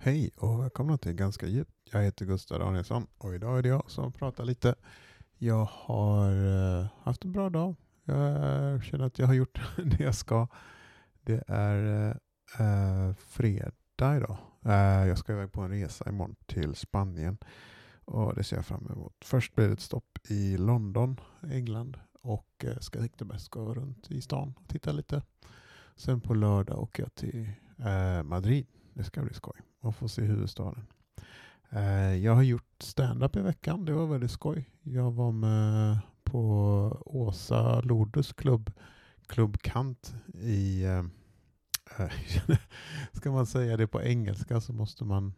Hej och välkomna till Ganska djupt. Jag heter Gustav Danielsson och idag är det jag som pratar lite. Jag har haft en bra dag. Jag känner att jag har gjort det jag ska. Det är fredag idag. Jag ska iväg på en resa imorgon till Spanien och det ser jag fram emot. Först blir det ett stopp i London, England, och ska riktigt bäst gå runt i stan och titta lite. Sen på lördag åker jag till Madrid. Det ska bli skoj och få se huvudstaden. Jag har gjort stand-up i veckan. Det var väldigt skoj. Jag var med på Åsa Lourdes klubb Kant i ska man säga det på engelska så måste man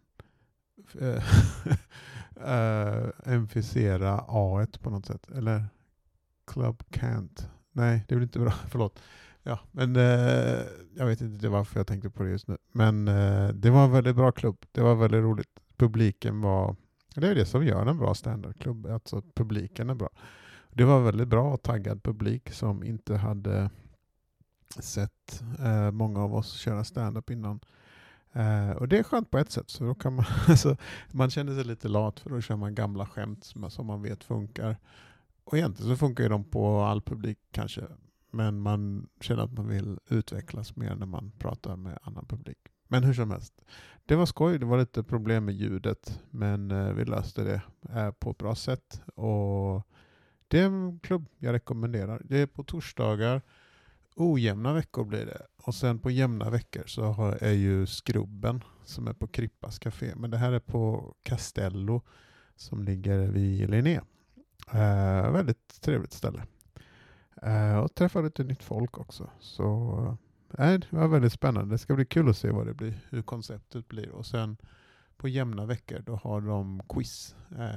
emfysera A1 på något sätt. Eller Club Kant. Nej, det blir inte bra. Förlåt. Ja, men jag vet inte varför jag tänkte på det just nu. Men det var en väldigt bra klubb. Det var väldigt roligt. Publiken var... Det är det som gör en bra standardklubb. Alltså publiken är bra. Det var väldigt bra och taggad publik som inte hade sett många av oss köra stand-up innan. Och det är skönt på ett sätt. Så då kan man, alltså, man känner sig lite lat för då kör man gamla skämt som man vet funkar. Och egentligen så funkar ju de på all publik kanske. Men man känner att man vill utvecklas mer när man pratar med annan publik. Men hur som helst. Det var skoj. Det var lite problem med ljudet. Men vi löste det på ett bra sätt. Och det är en klubb jag rekommenderar. Det är på torsdagar. Ojämna veckor blir det. Och sen på jämna veckor så är ju Skrubben som är på Krippas Café. Men det här är på Castello som ligger vid Linné. Väldigt trevligt ställe. Och träffa lite nytt folk också. Så det var väldigt spännande. Det ska bli kul att se vad det blir, hur konceptet blir. Och sen på jämna veckor då har de quiz.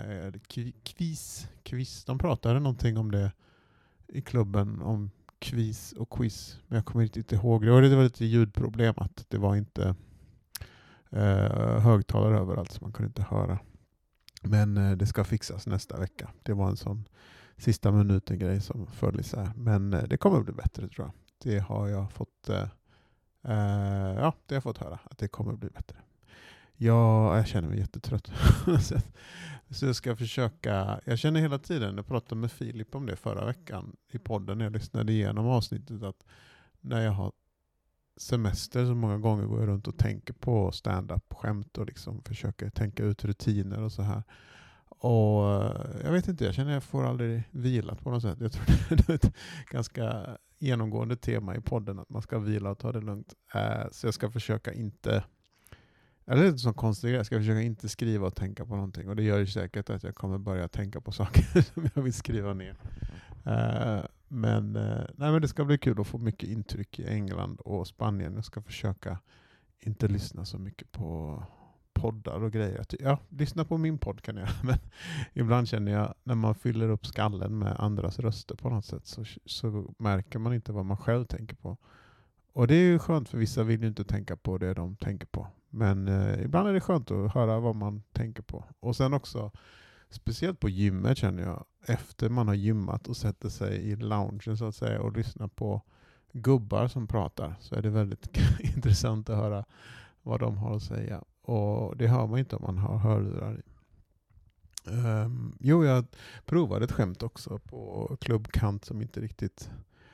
Quiz. De pratade någonting om det i klubben om quiz och quiz. Men jag kommer inte ihåg. Det var lite ljudproblem att det var inte högtalare överallt så man kunde inte höra. Men det ska fixas nästa vecka. Det var en sån sista minuten grej som föll isär. Men det kommer att bli bättre tror jag. Det har jag fått det har jag fått höra att det kommer att bli bättre. Jag känner mig jättetrött. Så jag ska försöka. Jag känner hela tiden, jag pratade med Filip om det förra veckan i podden när jag lyssnade igenom avsnittet, att när jag har semester så många gånger går jag runt och tänker på stand-up skämt och liksom försöker tänka ut rutiner och så här. Och jag vet inte, jag känner att jag får aldrig vilat på något sätt. Jag tror det är ett ganska genomgående tema i podden att man ska vila och ta det lugnt. Så jag ska försöka inte, eller det är inte så konstigt, jag ska försöka inte skriva och tänka på någonting. Och det gör ju säkert att jag kommer börja tänka på saker som jag vill skriva ner. Men det ska bli kul att få mycket intryck i England och Spanien. Jag ska försöka inte lyssna så mycket på poddar och grejer. Ja, lyssna på min podd kan jag. Men ibland känner jag när man fyller upp skallen med andras röster på något sätt så märker man inte vad man själv tänker på. Och det är ju skönt för vissa vill ju inte tänka på det de tänker på. Men ibland är det skönt att höra vad man tänker på. Och sen också, speciellt på gymmet känner jag, efter man har gymmat och sätter sig i loungen så att säga och lyssnar på gubbar som pratar, så är det väldigt intressant att höra vad de har att säga. Och det hör man inte om man har hörlurar i. Jag provade ett skämt också på Club Kant som inte riktigt...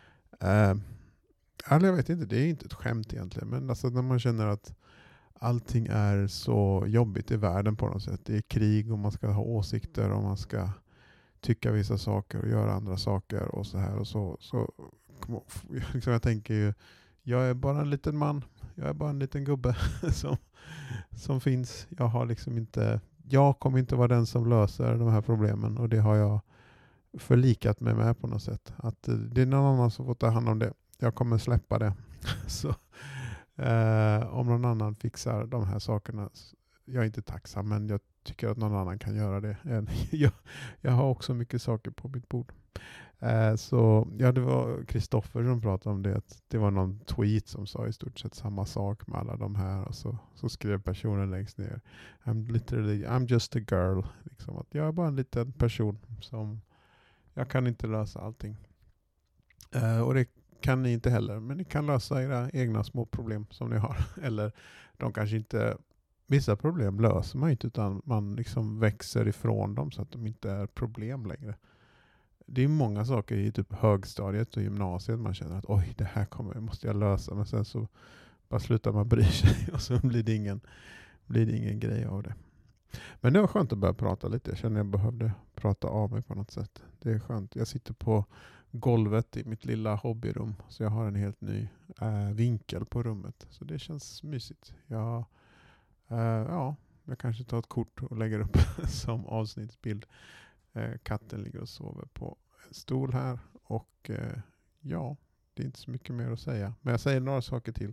jag vet inte, det är inte ett skämt egentligen. Men alltså när man känner att allting är så jobbigt i världen på något sätt. Det är krig och man ska ha åsikter och man ska tycka vissa saker och göra andra saker och så här och så liksom jag tänker ju, jag är bara en liten man. Jag är bara en liten gubbe som finns. Jag kommer inte vara den som löser de här problemen och det har jag förlikat mig med på något sätt. Att det är någon annan som får ta hand om det. Jag kommer släppa det. Så om någon annan fixar de här sakerna, jag är inte tacksam men jag tycker att någon annan kan göra det. Jag har också mycket saker på mitt bord. Det var Kristoffer som pratade om det. Att det var någon tweet som sa i stort sett samma sak med alla de här. Och så skrev personen längst ner. I'm just a girl. Liksom att jag är bara en liten person som jag kan inte lösa allting. Och det kan ni inte heller. Men ni kan lösa era egna små problem som ni har. Eller de kanske inte vissa problem löser man inte, utan man liksom växer ifrån dem så att de inte är problem längre. Det är många saker i typ högstadiet och gymnasiet man känner att oj, det här måste jag lösa, men sen så bara slutar man bry sig och så blir det ingen grej av det. Men det var skönt att börja prata lite. Jag känner att jag behövde prata av mig på något sätt. Det är skönt. Jag sitter på golvet i mitt lilla hobbyrum, så jag har en helt ny vinkel på rummet. Så det känns mysigt. Jag kanske tar ett kort och lägger upp som avsnittsbild. Katten ligger och sover på en stol här. Och det är inte så mycket mer att säga. Men jag säger några saker till.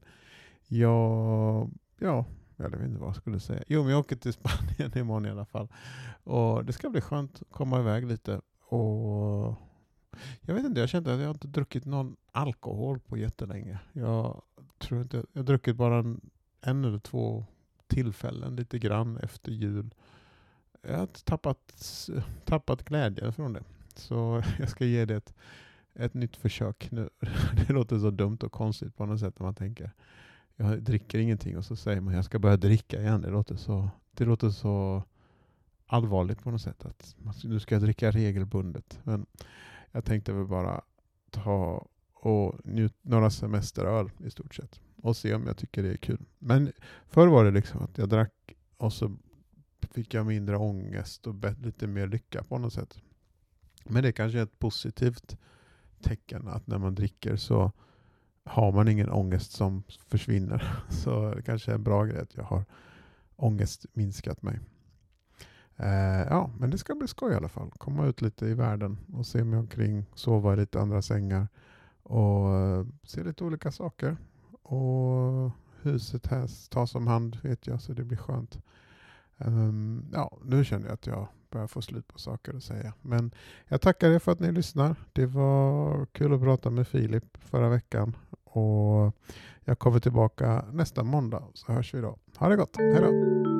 Jag vet inte vad jag skulle säga. Jo, men jag åker till Spanien imorgon i alla fall. Och det ska bli skönt att komma iväg lite. Och jag vet inte, jag kände att jag inte druckit någon alkohol på jättelänge. Jag tror inte, jag har druckit bara en eller två tillfällen lite grann efter jul. Jag har tappat glädjen från det. Så jag ska ge det ett nytt försök nu. Det låter så dumt och konstigt på något sätt när man tänker jag dricker ingenting och så säger man jag ska börja dricka igen. Det låter så allvarligt på något sätt att nu ska jag dricka regelbundet. Men jag tänkte väl bara ta och njuta några semesteröl i stort sett och se om jag tycker det är kul. Men förr var det liksom att jag drack och så fick jag mindre ångest och lite mer lycka på något sätt. Men det är kanske ett positivt tecken att när man dricker så har man ingen ångest som försvinner. Så det kanske är en bra grej att jag har ångest minskat mig. Men det ska bli skoj i alla fall. Komma ut lite i världen och se mig omkring, sova i lite andra sängar och se lite olika saker. Och huset här tas om hand, vet jag, så det blir skönt. Nu känner jag att jag börjar få slut på saker att säga. Men jag tackar er för att ni lyssnar. Det var kul att prata med Filip förra veckan. Och jag kommer tillbaka nästa måndag, så hörs vi då. Ha det gott. Hej då!